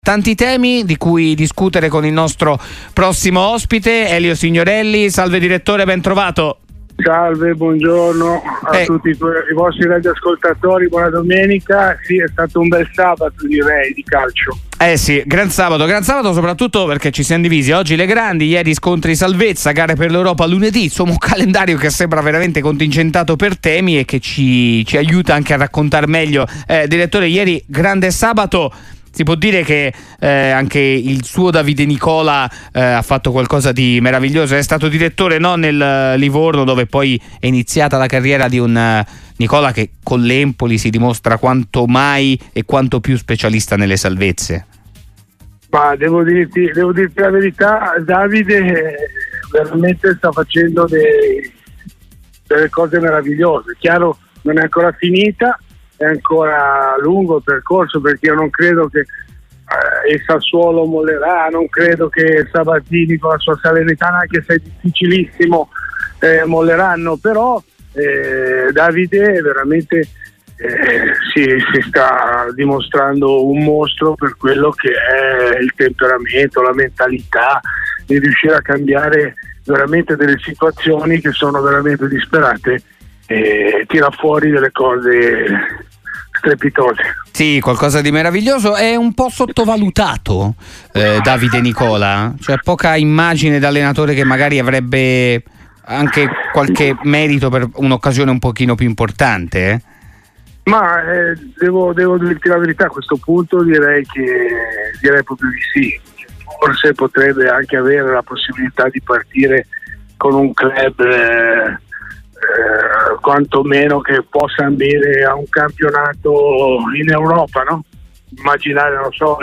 Tanti temi di cui discutere con il nostro prossimo ospite, Elio Signorelli. Salve direttore, ben trovato. Salve, buongiorno a tutti i vostri radioascoltatori, buona domenica. Sì, è stato un bel sabato, direi, di calcio. Sì, gran sabato soprattutto perché ci siamo divisi. Oggi le grandi, ieri scontri salvezza, gare per l'Europa lunedì, insomma un calendario che sembra veramente contingentato per temi e che ci aiuta anche a raccontare meglio. Direttore, ieri grande sabato. Si può dire che anche il suo Davide Nicola ha fatto qualcosa di meraviglioso. È stato direttore, no, nel Livorno, dove poi è iniziata la carriera di un Nicola che con l'Empoli si dimostra quanto mai e quanto più specialista nelle salvezze. Ma devo dirti la verità, Davide veramente sta facendo delle cose meravigliose. Chiaro, non è ancora finita, è ancora lungo il percorso, perché io non credo che il Sassuolo mollerà, non credo che Sabatini con la sua Salernitana, anche se è difficilissimo, molleranno, però Davide veramente si sta dimostrando un mostro per quello che è il temperamento, la mentalità, di riuscire a cambiare veramente delle situazioni che sono veramente disperate e tira fuori delle cose strepitose. Sì, qualcosa di meraviglioso. È un po' sottovalutato Davide Nicola, cioè poca immagine d'allenatore che magari avrebbe anche qualche merito per un'occasione un pochino più importante. Ma devo dirti la verità, a questo punto direi proprio di sì. Forse potrebbe anche avere la possibilità di partire con un club quantomeno che possa ambire a un campionato in Europa, no? Immaginare, non so,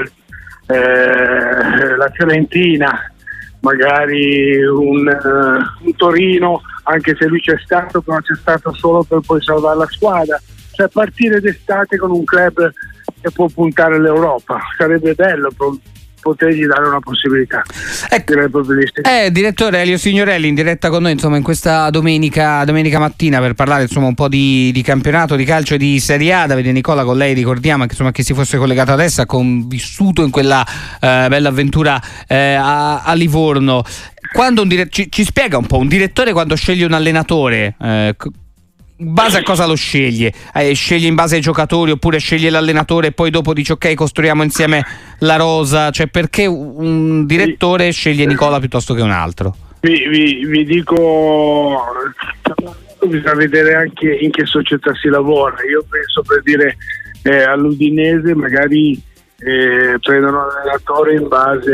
la Fiorentina, magari un Torino, anche se lui c'è stato, però c'è stato solo per poi salvare la squadra. Cioè partire d'estate con un club che può puntare all'Europa sarebbe bello, potergli dare una possibilità. Ecco, direttore Elio Signorelli in diretta con noi, insomma, in questa domenica mattina per parlare, insomma, un po' di campionato, di calcio e di Serie A. Davide Nicola, con lei ricordiamo che, insomma, chi si fosse collegato adesso ha convissuto in quella bella avventura a Livorno. Quando ci spiega un po' un direttore quando sceglie un allenatore, in base a cosa lo sceglie? Sceglie in base ai giocatori oppure sceglie l'allenatore e poi dopo dice ok, costruiamo insieme la rosa? Cioè, perché un direttore sceglie Nicola piuttosto che un altro? Vi dico, bisogna vedere anche in che società si lavora. Io penso, per dire, all'Udinese magari prendono l'allenatore in base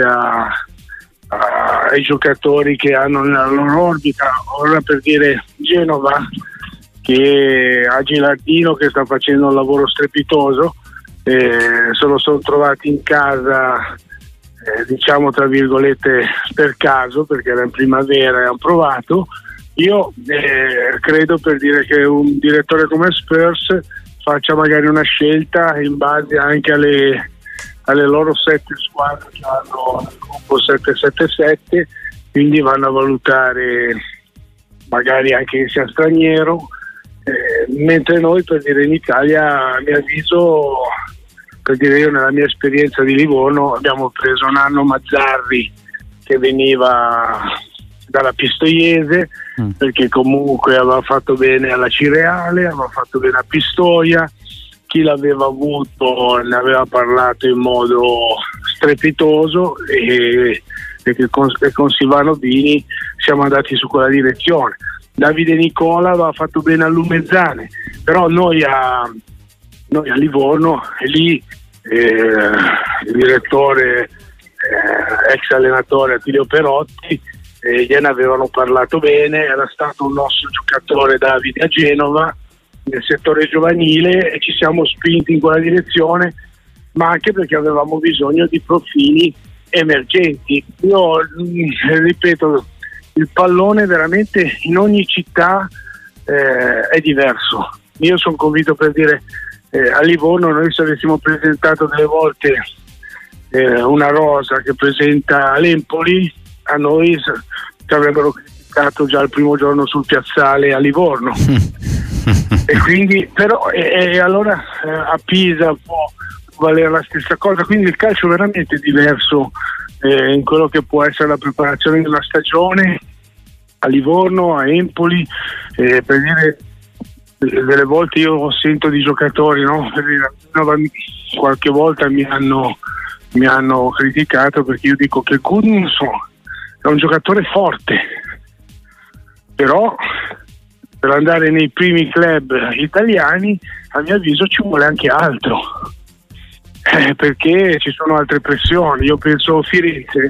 ai giocatori che hanno nella loro orbita. Ora, per dire, Genova, che ha Gilardino che sta facendo un lavoro strepitoso, se lo sono trovati in casa, diciamo tra virgolette per caso, perché era in primavera e hanno provato. Io credo, per dire, che un direttore come Spurs faccia magari una scelta in base anche alle loro 7 squadre che hanno il gruppo 777, quindi vanno a valutare magari anche che sia straniero. Mentre noi, per dire, in Italia, a mio avviso, per dire, io nella mia esperienza di Livorno abbiamo preso un anno Mazzarri che veniva dalla Pistoiese, perché comunque aveva fatto bene alla Cireale, aveva fatto bene a Pistoia, chi l'aveva avuto ne aveva parlato in modo strepitoso e con Silvano Bini siamo andati su quella direzione. Davide Nicola aveva fatto bene a Lumezzane, però noi a Livorno, e lì il direttore, ex allenatore Attilio Perotti, gliene avevano parlato bene. Era stato un nostro giocatore, Davide, a Genova nel settore giovanile, e ci siamo spinti in quella direzione, ma anche perché avevamo bisogno di profili emergenti. Io ripeto, il pallone veramente in ogni città è diverso. Io sono convinto, per dire, a Livorno noi, se avessimo presentato delle volte una rosa che presenta l'Empoli, a noi ci avrebbero criticato già il primo giorno sul piazzale a Livorno. E quindi, però, allora a Pisa valere la stessa cosa, quindi il calcio è veramente diverso in quello che può essere la preparazione della stagione a Livorno, a Empoli, per dire, delle volte io sento di giocatori, no? Qualche volta mi hanno criticato perché io dico che Gudmundsson è un giocatore forte, però per andare nei primi club italiani a mio avviso ci vuole anche altro, perché ci sono altre pressioni. Io penso Firenze,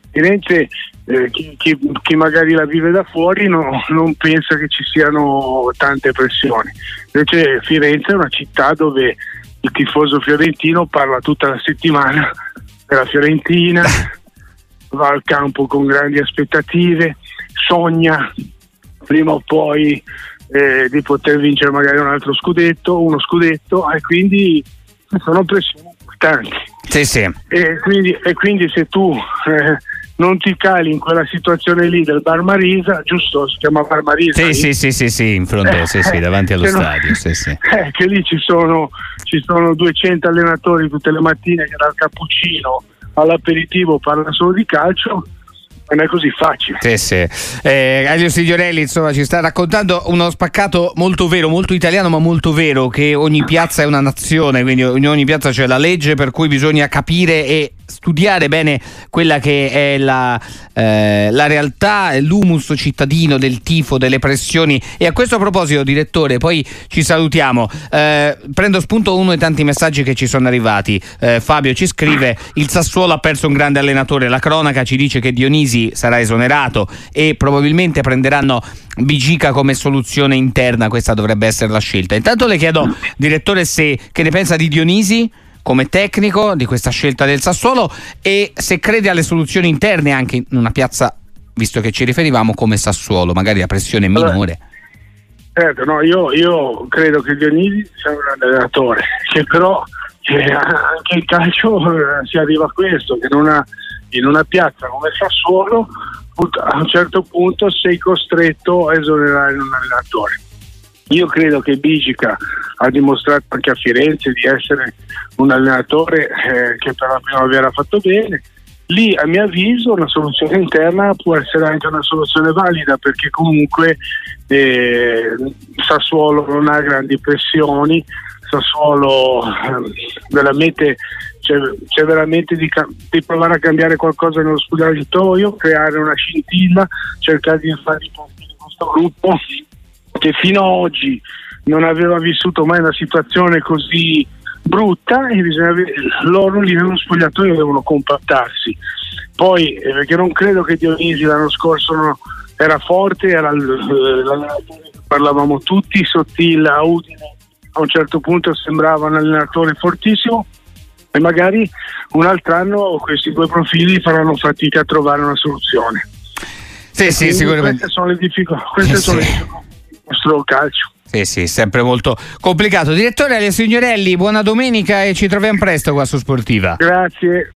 chi magari la vive da fuori non pensa che ci siano tante pressioni, invece Firenze è una città dove il tifoso fiorentino parla tutta la settimana della Fiorentina, va al campo con grandi aspettative, sogna prima o poi di poter vincere magari uno scudetto, e quindi sono pressioni importanti. Sì. E quindi se tu non ti cali in quella situazione lì del Bar Marisa, giusto? Si chiama Bar Marisa? Sì, in fronte, davanti allo stadio. Che lì ci sono 200 allenatori tutte le mattine che dal cappuccino all'aperitivo parlano solo di calcio. Non è così facile. Sì. Elio Signorelli insomma ci sta raccontando uno spaccato molto vero, molto italiano ma molto vero, che ogni piazza è una nazione, quindi in ogni piazza c'è la legge per cui bisogna capire e studiare bene quella che è la realtà, l'humus cittadino del tifo, delle pressioni. E a questo proposito, direttore, poi ci salutiamo, prendo spunto uno dei tanti messaggi che ci sono arrivati. Fabio ci scrive: il Sassuolo ha perso un grande allenatore, la cronaca ci dice che Dionisi sarà esonerato e probabilmente prenderanno Bigica come soluzione interna. Questa dovrebbe essere la scelta. Intanto le chiedo, direttore, che ne pensa di Dionisi come tecnico, di questa scelta del Sassuolo, e se crede alle soluzioni interne anche in una piazza, visto che ci riferivamo, come Sassuolo, magari la pressione è minore. Certo, no, io credo che Dionisi sia un allenatore, che però anche il calcio si arriva a questo, che in una piazza come Sassuolo a un certo punto sei costretto a esonerare un allenatore. Io credo che Bigica ha dimostrato anche a Firenze di essere un allenatore che per la primavera ha fatto bene. Lì, a mio avviso, una soluzione interna può essere anche una soluzione valida, perché comunque Sassuolo non ha grandi pressioni, Sassuolo veramente c'è veramente di provare a cambiare qualcosa nello spogliatoio, creare una scintilla, cercare di fare i punti in questo gruppo che fino ad oggi non aveva vissuto mai una situazione così brutta, e loro lì nello spogliatoio devono compattarsi. Poi perché non credo che Dionisi l'anno scorso era forte, era l'allenatore che parlavamo tutti, Sottile a Udine a un certo punto sembrava un allenatore fortissimo, e magari un altro anno questi due profili faranno fatica a trovare una soluzione. Sì, sicuramente. Queste sono le difficoltà del nostro calcio. Sì, sempre molto complicato. Direttore Elio Signorelli, buona domenica e ci troviamo presto qua su Sportiva. Grazie.